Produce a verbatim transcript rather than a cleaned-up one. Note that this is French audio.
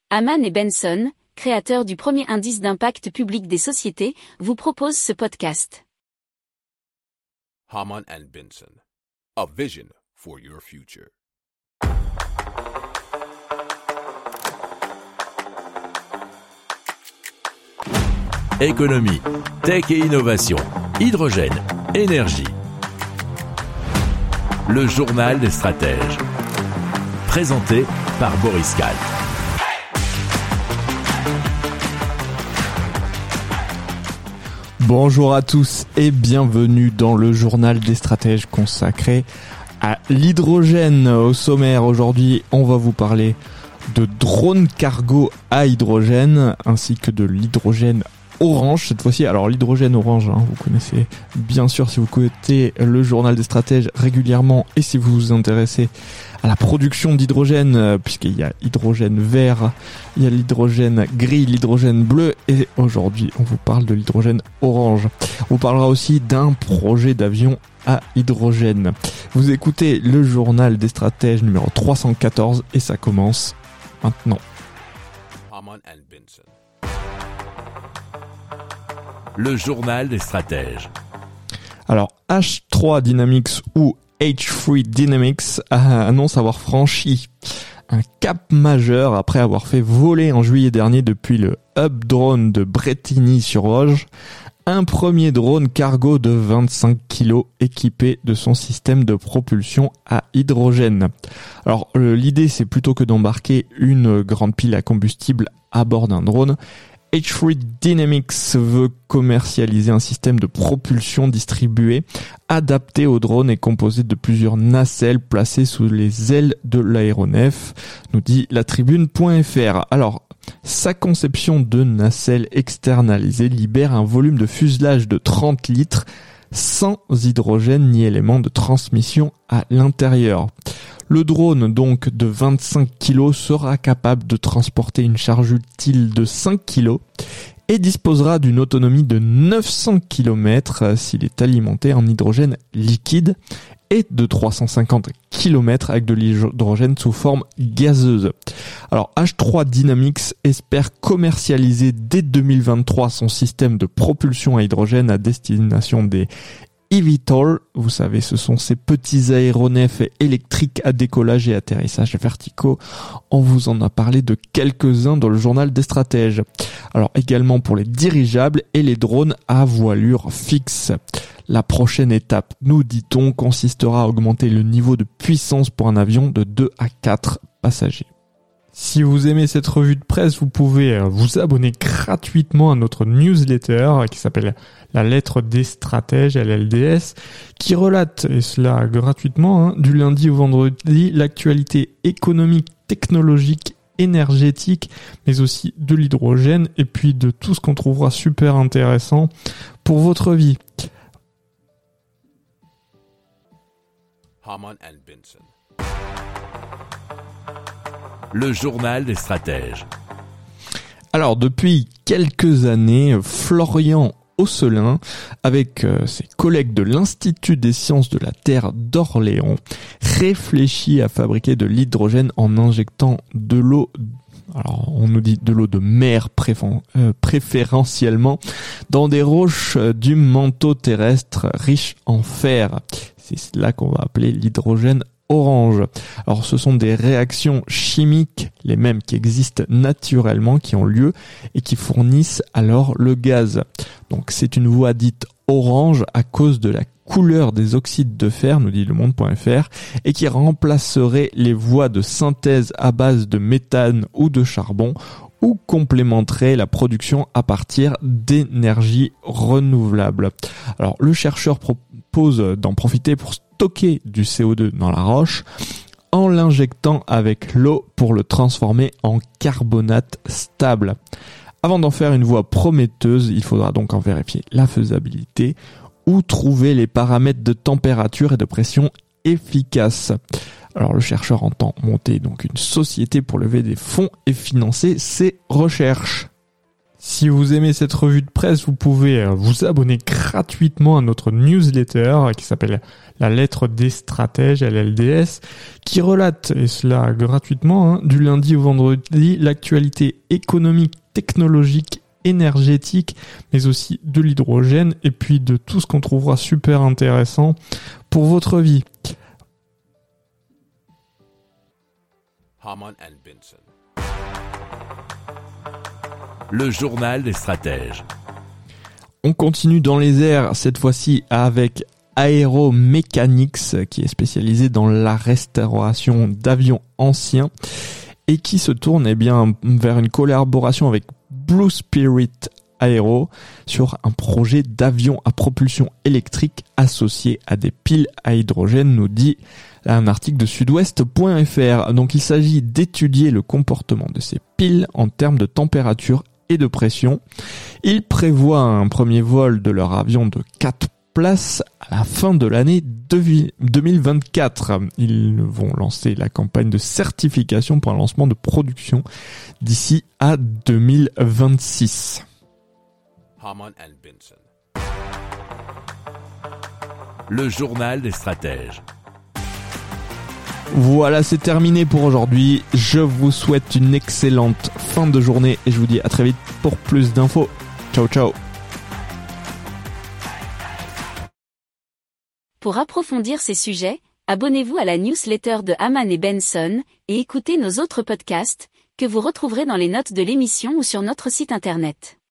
Hamann et Benson, créateurs du premier indice d'impact public des sociétés, vous proposent ce podcast. Hamann and Benson, a vision for your future. Économie, tech et innovation, hydrogène, énergie. Le journal des stratèges. Présenté par Boris Kahl. Bonjour à tous et bienvenue dans le journal des stratèges consacré à l'hydrogène. Au sommaire aujourd'hui, on va vous parler de drones cargo à hydrogène ainsi que de l'hydrogène orange cette fois-ci. Alors l'hydrogène orange, hein, vous connaissez bien sûr si vous écoutez le journal des stratèges régulièrement et si vous vous intéressez à la production d'hydrogène, euh, puisqu'il y a hydrogène vert, il y a l'hydrogène gris, l'hydrogène bleu et aujourd'hui on vous parle de l'hydrogène orange. On vous parlera aussi d'un projet d'avion à hydrogène. Vous écoutez le journal des stratèges numéro trois cent quatorze et ça commence maintenant. Hamann and Benson. Le journal des stratèges. Alors H trois Dynamics ou H trois Dynamics annonce avoir franchi un cap majeur après avoir fait voler en juillet dernier depuis le hub drone de Brétigny-sur-Orge un premier drone cargo de vingt-cinq kilos équipé de son système de propulsion à hydrogène. Alors l'idée c'est plutôt que d'embarquer une grande pile à combustible à bord d'un drone, H trois Dynamics veut commercialiser un système de propulsion distribué, adapté au drone et composé de plusieurs nacelles placées sous les ailes de l'aéronef, nous dit la tribune point f r. Alors, sa conception de nacelle externalisée libère un volume de fuselage de trente litres sans hydrogène ni élément de transmission à l'intérieur. Le drone, donc de vingt-cinq kilos, sera capable de transporter une charge utile de cinq kilos et disposera d'une autonomie de neuf cents kilomètres s'il est alimenté en hydrogène liquide et de trois cent cinquante kilomètres avec de l'hydrogène sous forme gazeuse. Alors H trois Dynamics espère commercialiser dès deux mille vingt-trois son système de propulsion à hydrogène à destination des eVTOL, vous savez, ce sont ces petits aéronefs électriques à décollage et atterrissage verticaux. On vous en a parlé de quelques-uns dans le journal des stratèges. Alors également pour les dirigeables et les drones à voilure fixe. La prochaine étape, nous dit-on, consistera à augmenter le niveau de puissance pour un avion de deux à quatre passagers. Si vous aimez cette revue de presse, vous pouvez vous abonner gratuitement à notre newsletter qui s'appelle La Lettre des Stratèges, L L D S, qui relate, et cela gratuitement, hein, du lundi au vendredi, l'actualité économique, technologique, énergétique, mais aussi de l'hydrogène et puis de tout ce qu'on trouvera super intéressant pour votre vie. Hamann and Benson. Le journal des stratèges. Alors depuis quelques années, Florian Osselin, avec euh, ses collègues de l'Institut des sciences de la Terre d'Orléans, réfléchit à fabriquer de l'hydrogène en injectant de l'eau, alors on nous dit de l'eau de mer préfé- euh, préférentiellement, dans des roches euh, du manteau terrestre riches en fer. C'est cela qu'on va appeler l'hydrogène orange. Alors ce sont des réactions chimiques, les mêmes qui existent naturellement, qui ont lieu et qui fournissent alors le gaz. Donc c'est une voie dite orange à cause de la couleur des oxydes de fer, nous dit le monde point f r, et qui remplacerait les voies de synthèse à base de méthane ou de charbon ou complémenterait la production à partir d'énergie renouvelable. Alors le chercheur propose d'en profiter pour stocker du C O deux dans la roche en l'injectant avec l'eau pour le transformer en carbonate stable. Avant d'en faire une voie prometteuse, il faudra donc en vérifier la faisabilité ou trouver les paramètres de température et de pression efficaces. Alors le chercheur entend monter donc une société pour lever des fonds et financer ses recherches. Si vous aimez cette revue de presse, vous pouvez vous abonner gratuitement à notre newsletter qui s'appelle La Lettre des Stratèges, L L D S, qui relate, et cela gratuitement, hein, du lundi au vendredi, l'actualité économique, technologique, énergétique, mais aussi de l'hydrogène et puis de tout ce qu'on trouvera super intéressant pour votre vie. Harman and Benson. Le journal des stratèges. On continue dans les airs, cette fois-ci avec Aeromechanics, qui est spécialisé dans la restauration d'avions anciens et qui se tourne eh bien, vers une collaboration avec Blue Spirit Aero sur un projet d'avion à propulsion électrique associé à des piles à hydrogène, nous dit un article de sudouest point f r. Donc il s'agit d'étudier le comportement de ces piles en termes de température et de pression. Ils prévoient un premier vol de leur avion de quatre places à la fin de l'année deux mille vingt-quatre. Ils vont lancer la campagne de certification pour un lancement de production d'ici à deux mille vingt-six. Harman and Benson. Le journal des stratèges. Voilà, c'est terminé pour aujourd'hui. Je vous souhaite une excellente fin de journée et je vous dis à très vite pour plus d'infos. Ciao, ciao. Pour approfondir ces sujets, abonnez-vous à la newsletter de Harman et Benson et écoutez nos autres podcasts que vous retrouverez dans les notes de l'émission ou sur notre site internet.